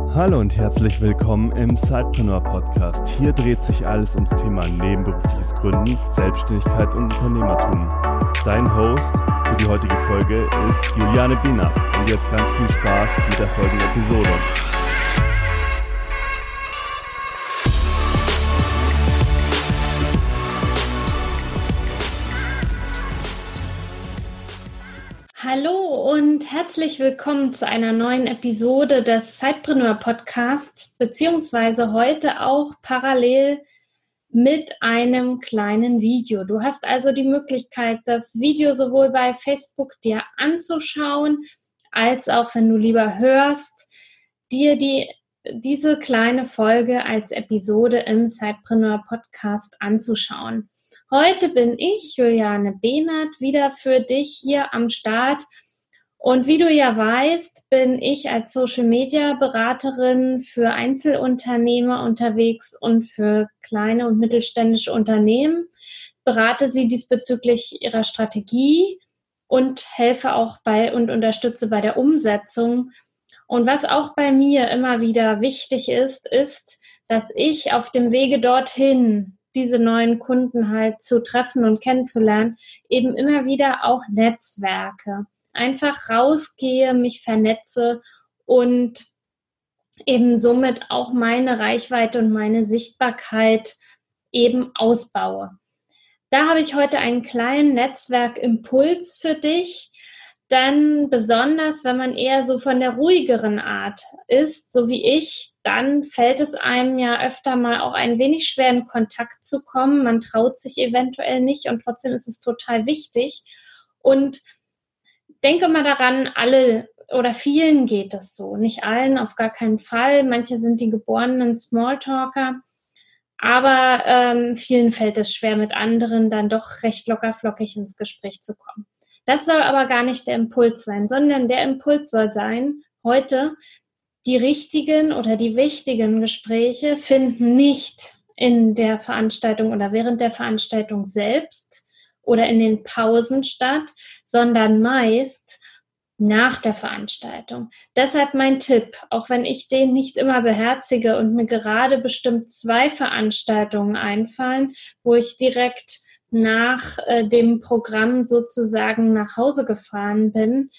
Hallo und herzlich willkommen im Sidepreneur Podcast. Hier dreht sich alles ums Thema nebenberufliches Gründen, Selbstständigkeit und Unternehmertum. Dein Host für die heutige Folge ist Juliane Behnert. Und jetzt ganz viel Spaß mit der folgenden Episode. Hallo und herzlich willkommen zu einer neuen Episode des Sidepreneur Podcasts, beziehungsweise heute auch parallel mit einem kleinen Video. Du hast also die Möglichkeit, das Video sowohl bei Facebook dir anzuschauen, als auch, wenn du lieber hörst, dir diese kleine Folge als Episode im Sidepreneur Podcast anzuschauen. Heute bin ich, Juliane Behnert, wieder für dich hier am Start. Und wie du ja weißt, bin ich als Social-Media-Beraterin für Einzelunternehmer unterwegs und für kleine und mittelständische Unternehmen, berate sie diesbezüglich ihrer Strategie und helfe auch und unterstütze bei der Umsetzung. Und was auch bei mir immer wieder wichtig ist, dass ich auf dem Wege dorthin, diese neuen Kunden halt zu treffen und kennenzulernen, eben immer wieder auch Netzwerke. Einfach rausgehe, mich vernetze und eben somit auch meine Reichweite und meine Sichtbarkeit eben ausbaue. Da habe ich heute einen kleinen Netzwerkimpuls für dich, dann besonders, wenn man eher so von der ruhigeren Art ist, so wie ich, dann fällt es einem ja öfter mal auch ein wenig schwer, in Kontakt zu kommen. Man traut sich eventuell nicht und trotzdem ist es total wichtig. Und denke mal daran, alle oder vielen geht es so. Nicht allen, auf gar keinen Fall. Manche sind die geborenen Smalltalker. Aber vielen fällt es schwer, mit anderen dann doch recht lockerflockig ins Gespräch zu kommen. Das soll aber gar nicht der Impuls sein, sondern der Impuls soll sein, heute die richtigen oder die wichtigen Gespräche finden nicht in der Veranstaltung oder während der Veranstaltung selbst oder in den Pausen statt, sondern meist nach der Veranstaltung. Deshalb mein Tipp, auch wenn ich den nicht immer beherzige und mir gerade bestimmt 2 Veranstaltungen einfallen, wo ich direkt nach dem Programm sozusagen nach Hause gefahren bin,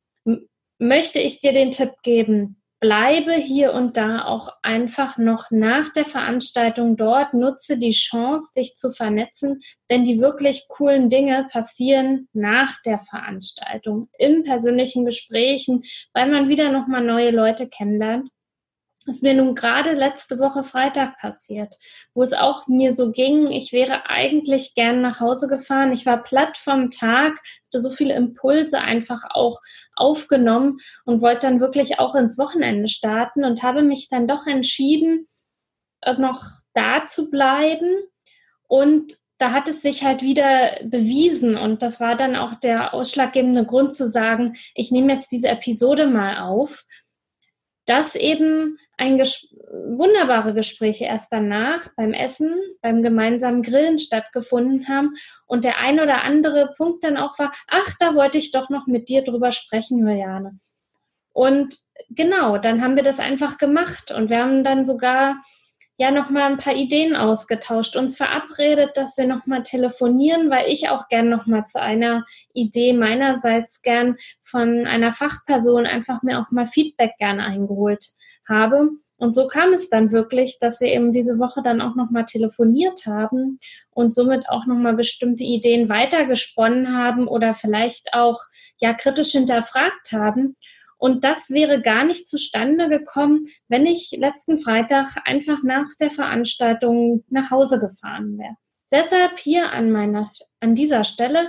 möchte ich dir den Tipp geben, bleibe hier und da auch einfach noch nach der Veranstaltung dort, nutze die Chance, dich zu vernetzen, denn die wirklich coolen Dinge passieren nach der Veranstaltung, in persönlichen Gesprächen, weil man wieder nochmal neue Leute kennenlernt. Das ist mir nun gerade letzte Woche Freitag passiert, wo es auch mir so ging, ich wäre eigentlich gern nach Hause gefahren. Ich war platt vom Tag, hatte so viele Impulse einfach auch aufgenommen und wollte dann wirklich auch ins Wochenende starten und habe mich dann doch entschieden, noch da zu bleiben. Und da hat es sich halt wieder bewiesen und das war dann auch der ausschlaggebende Grund zu sagen, ich nehme jetzt diese Episode mal auf, dass eben wunderbare Gespräche erst danach beim Essen, beim gemeinsamen Grillen stattgefunden haben und der ein oder andere Punkt dann auch war, ach, da wollte ich doch noch mit dir drüber sprechen, Juliane. Und genau, dann haben wir das einfach gemacht und wir haben dann sogar ja nochmal ein paar Ideen ausgetauscht, uns verabredet, dass wir nochmal telefonieren, weil ich auch gern nochmal zu einer Idee meinerseits gern von einer Fachperson einfach mir auch mal Feedback gern eingeholt habe. Und so kam es dann wirklich, dass wir eben diese Woche dann auch nochmal telefoniert haben und somit auch nochmal bestimmte Ideen weitergesponnen haben oder vielleicht auch ja kritisch hinterfragt haben. Und das wäre gar nicht zustande gekommen, wenn ich letzten Freitag einfach nach der Veranstaltung nach Hause gefahren wäre. Deshalb hier an dieser Stelle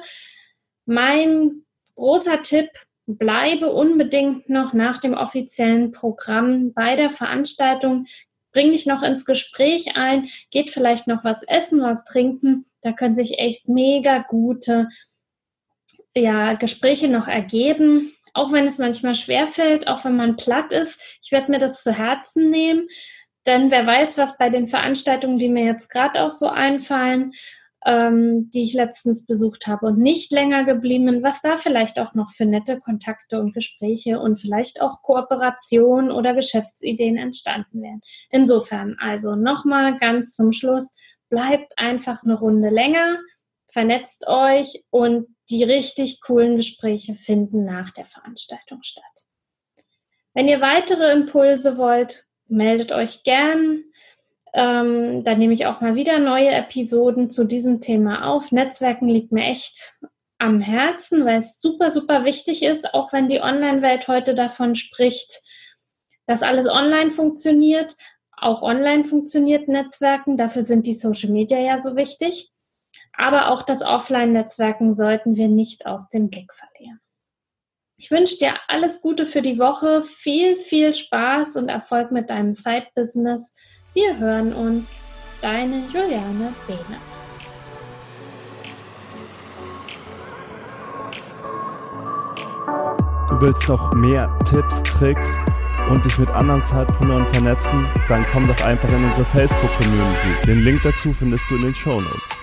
mein großer Tipp, bleibe unbedingt noch nach dem offiziellen Programm bei der Veranstaltung, bring dich noch ins Gespräch ein, geht vielleicht noch was essen, was trinken, da können sich echt mega gute Gespräche noch ergeben. Auch wenn es manchmal schwerfällt, auch wenn man platt ist, ich werde mir das zu Herzen nehmen, denn wer weiß, was bei den Veranstaltungen, die mir jetzt gerade auch so einfallen, die ich letztens besucht habe und nicht länger geblieben bin, was da vielleicht auch noch für nette Kontakte und Gespräche und vielleicht auch Kooperationen oder Geschäftsideen entstanden wären. Insofern also nochmal ganz zum Schluss, bleibt einfach eine Runde länger, vernetzt euch und die richtig coolen Gespräche finden nach der Veranstaltung statt. Wenn ihr weitere Impulse wollt, meldet euch gern. Dann nehme ich auch mal wieder neue Episoden zu diesem Thema auf. Netzwerken liegt mir echt am Herzen, weil es super, super wichtig ist, auch wenn die Online-Welt heute davon spricht, dass alles online funktioniert. Auch online funktioniert Netzwerken, dafür sind die Social Media ja so wichtig. Aber auch das Offline-Netzwerken sollten wir nicht aus dem Blick verlieren. Ich wünsche dir alles Gute für die Woche, viel, viel Spaß und Erfolg mit deinem Side-Business. Wir hören uns. Deine Juliane Behnert. Du willst noch mehr Tipps, Tricks und dich mit anderen Sidepreneuren vernetzen? Dann komm doch einfach in unsere Facebook-Community. Den Link dazu findest du in den Shownotes.